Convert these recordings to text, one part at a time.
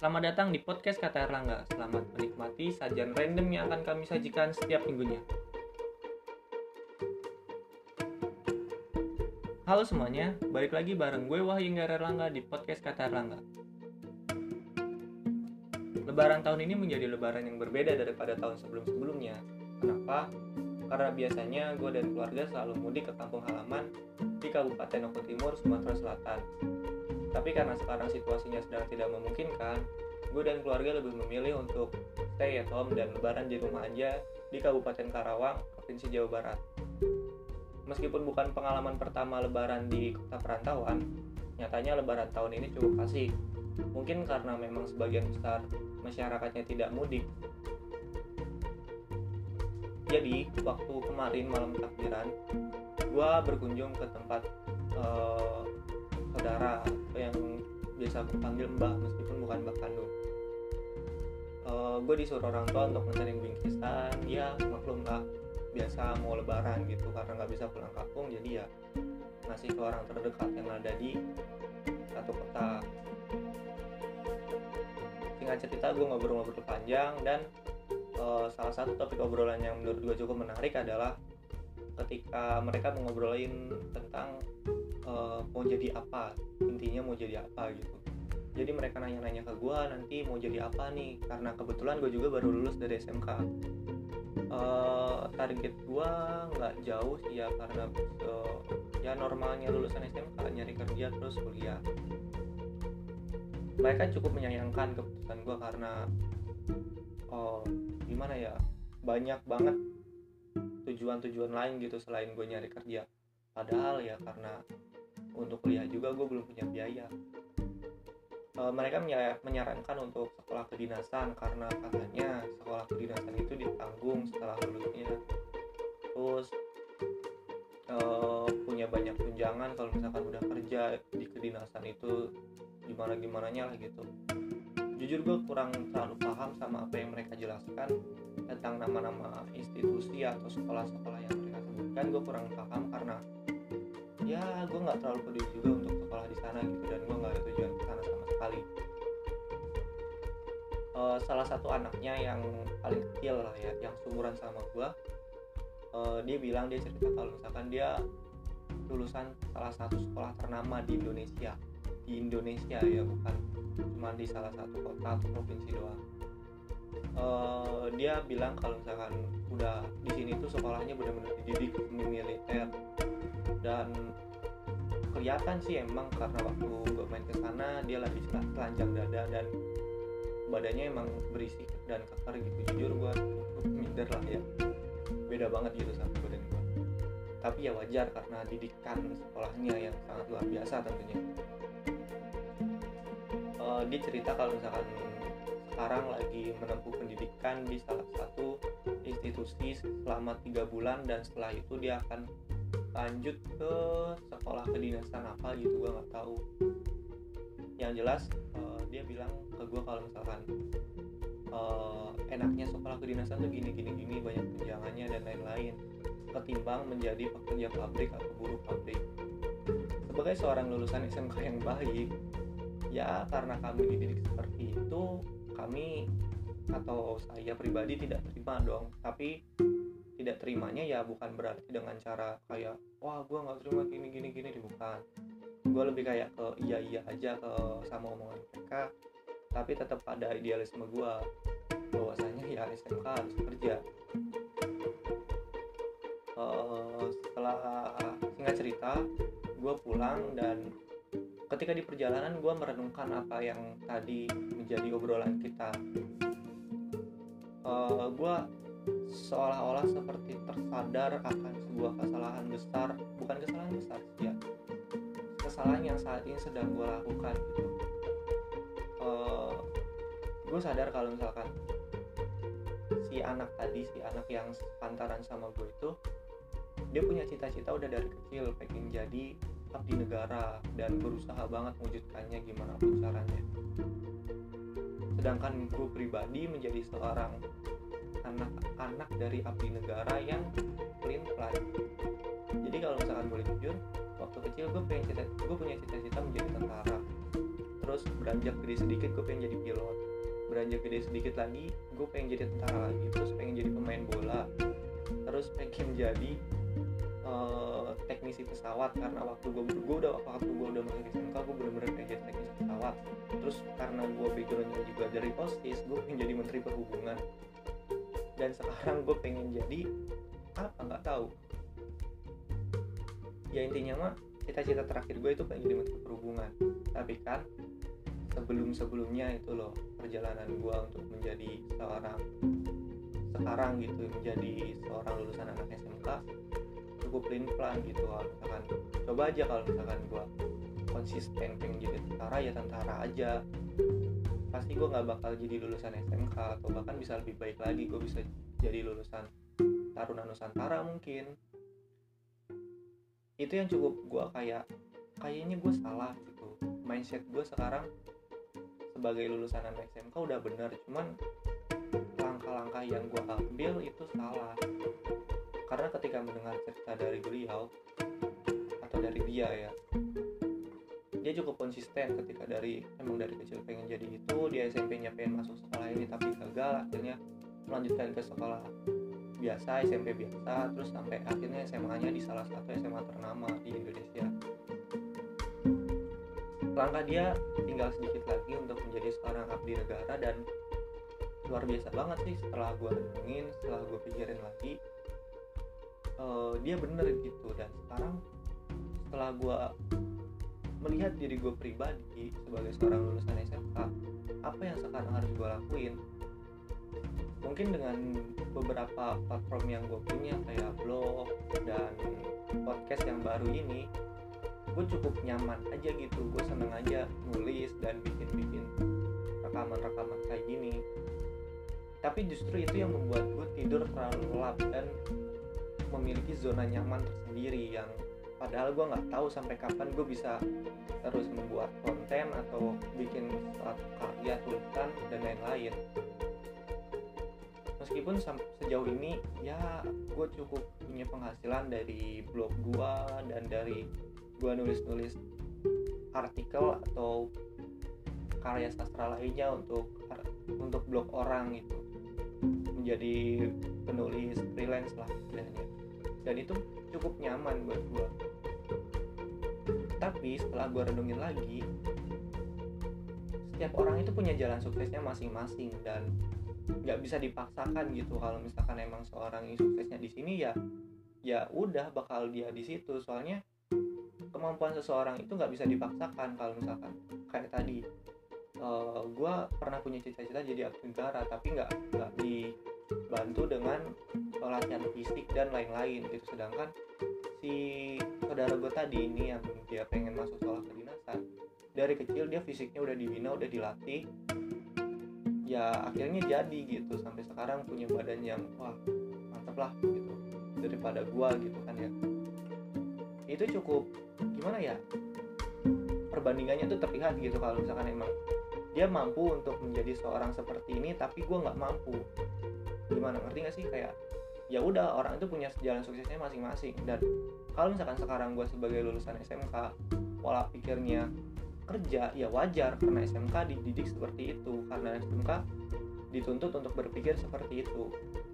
Selamat datang di podcast Kata Erlangga. Selamat menikmati sajian random yang akan kami sajikan setiap minggunya. Halo semuanya, balik lagi bareng gue Wahyu Erlangga di podcast Kata Erlangga. Lebaran tahun ini menjadi lebaran yang berbeda daripada tahun sebelum-sebelumnya. Kenapa? Karena biasanya gue dan keluarga selalu mudik ke kampung halaman di Kabupaten Oku Timur, Sumatera Selatan. Tapi karena sekarang situasinya sedang tidak memungkinkan, gue dan keluarga lebih memilih untuk stay at home dan lebaran di rumah aja di Kabupaten Karawang, Provinsi Jawa Barat. Meskipun bukan pengalaman pertama lebaran di kota perantauan, nyatanya lebaran tahun ini cukup asik. Mungkin karena memang sebagian besar masyarakatnya tidak mudik. Jadi, waktu kemarin malam takbiran, gue berkunjung ke tempat saudara yang biasa aku panggil Mbah meskipun bukan Mbah kandung. Gue disuruh orang tua untuk nganterin bingkisan. Ya maklum lah, biasa mau lebaran gitu karena nggak bisa pulang kampung, jadi ya ngasih ke orang terdekat yang ada di satu kota. Singkat cerita, gue ngobrol-ngobrol panjang dan salah satu topik obrolan yang menurut gue cukup menarik adalah ketika mereka ngobrolin tentang mau jadi apa, intinya mau jadi apa gitu. Jadi mereka nanya-nanya ke gue nanti mau jadi apa nih, karena kebetulan gue juga baru lulus dari SMK. Target gue nggak jauh sih ya, karena ya normalnya lulusan SMK nyari kerja terus kuliah. Mereka cukup menyayangkan keputusan gue karena gimana ya, banyak banget tujuan-tujuan lain gitu selain gue nyari kerja. Padahal ya karena untuk kuliah juga gue belum punya biaya. Mereka menyarankan untuk sekolah kedinasan karena katanya sekolah kedinasan itu ditanggung setelah lulusnya. Terus punya banyak tunjangan kalau misalkan udah kerja di kedinasan itu, gimana-gimananya lah gitu. Jujur gue kurang terlalu paham sama apa yang mereka jelaskan tentang nama-nama institusi atau sekolah-sekolah yang mereka sebutkan. Gue kurang paham karena ya gue nggak terlalu peduli juga untuk sekolah di sana gitu, dan gue nggak ada tujuan ke sana sama sekali. Salah satu anaknya yang paling kecil lah ya, yang seumuran sama gue, dia bilang, dia cerita kalau misalkan dia lulusan salah satu sekolah ternama di Indonesia ya, bukan cuma di salah satu kota atau provinsi doang. Dia bilang kalau misalkan udah di sini tuh sekolahnya benar-benar dididik semi militer, dan kelihatan sih emang karena waktu gue main ke sana dia lagi telanjang dada dan badannya emang berisi dan keker gitu. Jujur gue minder lah ya, beda banget gitu sama badan gue. Tapi ya wajar karena didikan sekolahnya yang sangat luar biasa tentunya. Dia cerita kalau misalkan sekarang lagi menempuh pendidikan di salah satu institusi selama 3 bulan, dan setelah itu dia akan lanjut ke sekolah kedinasan apa gitu, gue nggak tahu. Yang jelas dia bilang ke gue kalau misalkan enaknya sekolah kedinasan tuh gini, banyak tunjangannya dan lain-lain, ketimbang menjadi pekerja pabrik atau buruh pabrik. Sebagai seorang lulusan SMK yang baik, ya karena kami dididik seperti itu, kami atau saya pribadi tidak terima dong. Tapi tidak terimanya ya bukan berarti dengan cara kayak wah gue nggak terima gini, bukan. Gue lebih kayak ke iya aja ke sama omongan mereka, tapi tetap pada idealisme gue bahwasanya ya SMK harus kerja. Setelah singkat cerita, gue pulang, dan ketika di perjalanan gue merenungkan apa yang tadi menjadi obrolan kita. Gue seolah-olah seperti tersadar akan sebuah kesalahan besar, bukan kesalahan besar ya, kesalahan yang saat ini sedang gue lakukan gitu. Gue sadar kalau misalkan si anak yang pantaran sama gue itu, dia punya cita-cita udah dari kecil pengen jadi abdi negara dan berusaha banget mewujudkannya gimana pun caranya. Sedangkan gue pribadi menjadi seorang anak dari abdi negara yang pelin-pelan. Jadi kalau misalkan boleh jujur, waktu kecil gue punya cita-cita menjadi tentara. Terus beranjak gede sedikit gue pengen jadi pilot, beranjak gede sedikit lagi gue pengen jadi tentara lagi, terus pengen jadi pemain bola, terus pengen jadi teknisi pesawat karena waktu gue udah masuk SMK gue bener-bener pengen jadi teknisi pesawat. Terus karena gue backgroundnya juga dari OSIS, gue pengen jadi menteri perhubungan. Dan sekarang gue pengen jadi apa nggak tahu. Ya intinya mah cita-cita terakhir gue itu pengen jadi menteri perhubungan. Tapi kan sebelumnya itu loh perjalanan gue untuk menjadi sekarang gitu, menjadi seorang lulusan anak SMK cukup pelin-pelan gitu. Kalau misalkan coba aja, kalau misalkan gue konsisten pengen jadi tentara ya tentara aja, pasti gue nggak bakal jadi lulusan SMK, atau bahkan bisa lebih baik lagi, gue bisa jadi lulusan Taruna Nusantara mungkin. Itu yang cukup gue kayaknya gue salah gitu. Mindset gue sekarang sebagai lulusan anak SMK udah benar, cuman langkah-langkah yang gue ambil itu salah. Karena ketika mendengar cerita dari beliau atau dari dia ya, dia cukup konsisten ketika emang dari kecil pengen jadi itu, dia SMP-nya pengen masuk sekolah ini tapi gagal, akhirnya melanjutkan ke sekolah biasa, SMP biasa, terus sampai akhirnya SMA-nya di salah satu SMA ternama di Indonesia. Langkah dia tinggal sedikit lagi untuk menjadi seorang abdi negara, dan luar biasa banget sih setelah gue renungin, setelah gue pikirin lagi, dia bener gitu. Dan sekarang setelah gue melihat diri gue pribadi sebagai seorang lulusan SMK, apa yang sekarang harus gue lakuin? Mungkin dengan beberapa platform yang gue punya kayak blog dan podcast yang baru ini, gue cukup nyaman aja gitu. Gue seneng aja nulis dan bikin rekaman kayak gini. Tapi justru itu yang membuat gue tidur terlalu lelap dan memiliki zona nyaman tersendiri, yang padahal gue nggak tahu sampai kapan gue bisa terus membuat konten atau bikin suatu karya, tulisan dan lain-lain. Meskipun sejauh ini ya gue cukup punya penghasilan dari blog gue dan dari gue nulis artikel atau karya sastra lainnya untuk blog orang gitu, menjadi penulis freelance lah istilahnya, dan itu cukup nyaman buat gue. Tapi setelah gue renungin lagi, setiap orang itu punya jalan suksesnya masing-masing dan nggak bisa dipaksakan gitu. Kalau misalkan emang seorang yang suksesnya di sini ya udah bakal dia di situ. Soalnya kemampuan seseorang itu nggak bisa dipaksakan. Kalau misalkan kayak tadi, gue pernah punya cita-cita jadi abdi negara, tapi nggak dibantu dengan latihan fisik dan lain-lain gitu. Sedangkan si saudara gue tadi ini yang dia pengen masuk sekolah kedinasan, dari kecil dia fisiknya udah dibina, udah dilatih, ya akhirnya jadi gitu, sampai sekarang punya badan yang wah mantep lah gitu daripada gua gitu kan ya. Itu cukup gimana ya, perbandingannya tuh terlihat gitu. Kalau misalkan emang dia mampu untuk menjadi seorang seperti ini tapi gua nggak mampu, gimana, ngerti nggak sih? Kayak ya udah, orang itu punya jalan suksesnya masing-masing. Dan kalau misalkan sekarang gua sebagai lulusan SMK pola pikirnya kerja, ya wajar karena SMK dididik seperti itu, karena SMK dituntut untuk berpikir seperti itu.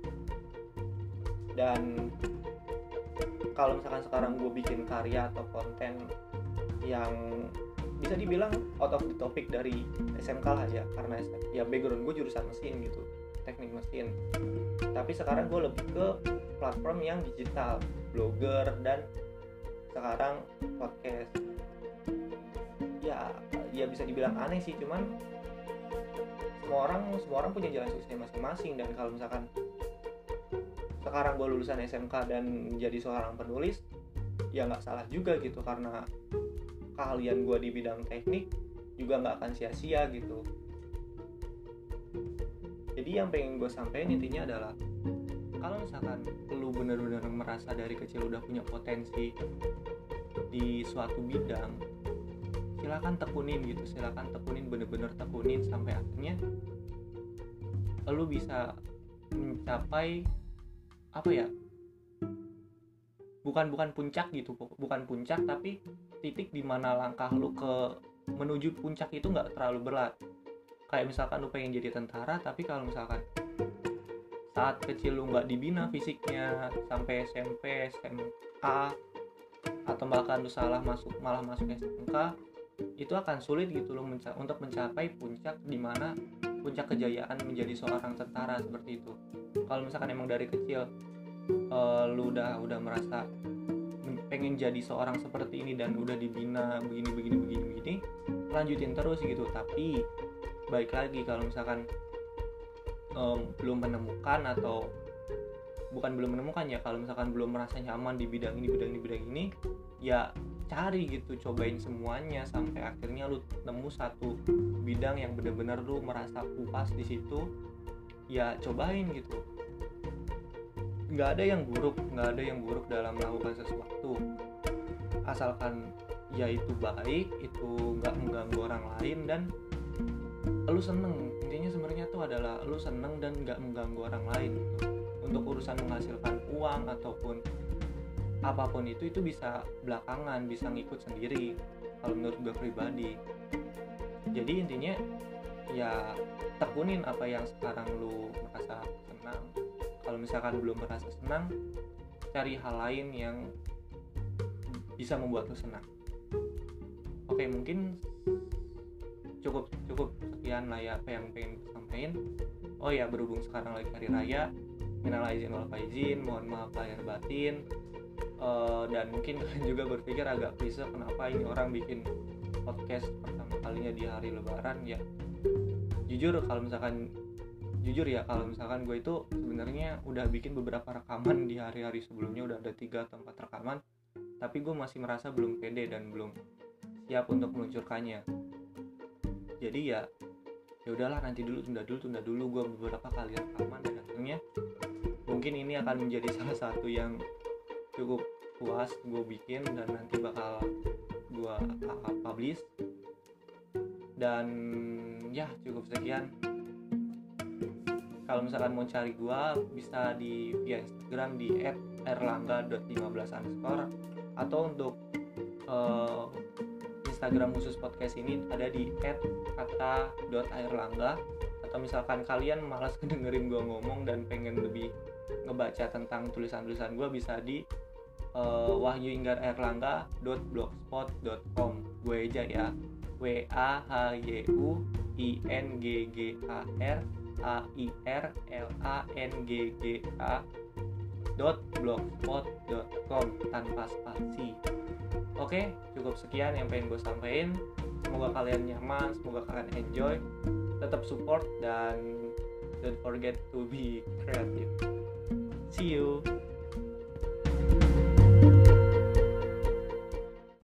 Dan kalau misalkan sekarang gue bikin karya atau konten yang bisa dibilang out of the topic dari SMK lah ya, karena ya background gue jurusan mesin gitu, teknik mesin, tapi sekarang gue lebih ke platform yang digital, blogger, dan sekarang podcast. Ya bisa dibilang aneh sih, cuman semua orang punya jalan suksesnya masing-masing. Dan kalau misalkan sekarang gue lulusan SMK dan menjadi seorang penulis, ya nggak salah juga gitu, karena keahlian gue di bidang teknik juga nggak akan sia-sia gitu. Jadi yang pengen gue sampaikan intinya adalah, kalau misalkan lu benar-benar merasa dari kecil udah punya potensi di suatu bidang, silakan tekunin, bener-bener tekunin sampai akhirnya lu bisa mencapai apa ya, bukan puncak gitu, bukan puncak, tapi titik di mana langkah lu ke menuju puncak itu nggak terlalu berat. Kayak misalkan lu pengen jadi tentara, tapi kalau misalkan saat kecil lu nggak dibina fisiknya sampai SMP, SMA, atau bahkan lu malah masuk SMK, itu akan sulit gitu loh untuk mencapai puncak, dimana puncak kejayaan menjadi seorang tentara seperti itu. Kalau misalkan emang dari kecil lu udah merasa pengen jadi seorang seperti ini dan udah dibina begini, lanjutin terus gitu. Tapi baik lagi, kalau misalkan belum menemukan, atau bukan belum menemukan ya, kalau misalkan belum merasa nyaman di bidang ini, ya cari gitu, cobain semuanya sampai akhirnya lu nemu satu bidang yang benar-benar lu merasa puas di situ, ya cobain gitu. Nggak ada yang buruk dalam melakukan sesuatu, asalkan ya itu baik, itu nggak mengganggu orang lain, dan lu seneng. Intinya sebenarnya tuh adalah lu seneng dan nggak mengganggu orang lain gitu. Untuk urusan menghasilkan uang ataupun apapun itu bisa belakangan, bisa ngikut sendiri kalau menurut gue pribadi. Jadi intinya ya tekunin apa yang sekarang lu merasa senang. Kalau misalkan belum merasa senang, cari hal lain yang bisa membuat lu senang. Oke, mungkin cukup sekian lah ya apa yang pengen gue sampaikan. Oh ya, berhubung sekarang lagi hari raya, minal aizin wal faizin, mohon maaf lahir batin. Dan mungkin kalian juga berpikir agak bisa kenapa ini orang bikin podcast pertama kalinya di hari lebaran. Ya jujur kalau misalkan gue itu sebenarnya udah bikin beberapa rekaman di hari-hari sebelumnya, udah ada 3 atau 4 rekaman, tapi gue masih merasa belum pede dan belum siap untuk meluncurkannya. Jadi ya udahlah, nanti tunda dulu gue beberapa kali rekaman, dan akhirnya mungkin ini akan menjadi salah satu yang cukup puas gue bikin dan nanti bakal gue publish. Dan ya cukup sekian. Kalau misalkan mau cari gue bisa via Instagram di @erlangga.15_ atau untuk Instagram khusus podcast ini ada di @kata.airlangga. Atau misalkan kalian malas dengerin gue ngomong dan pengen lebih ngebaca tentang tulisan-tulisan gue, bisa di wahyuinggarerlangga.blogspot.com. gue aja ya, wahyuinggarerlangga.blogspot.com tanpa spasi. Oke, cukup sekian yang pengen gue sampaikan. Semoga kalian nyaman, semoga kalian enjoy, tetap support, dan don't forget to be creative. See you.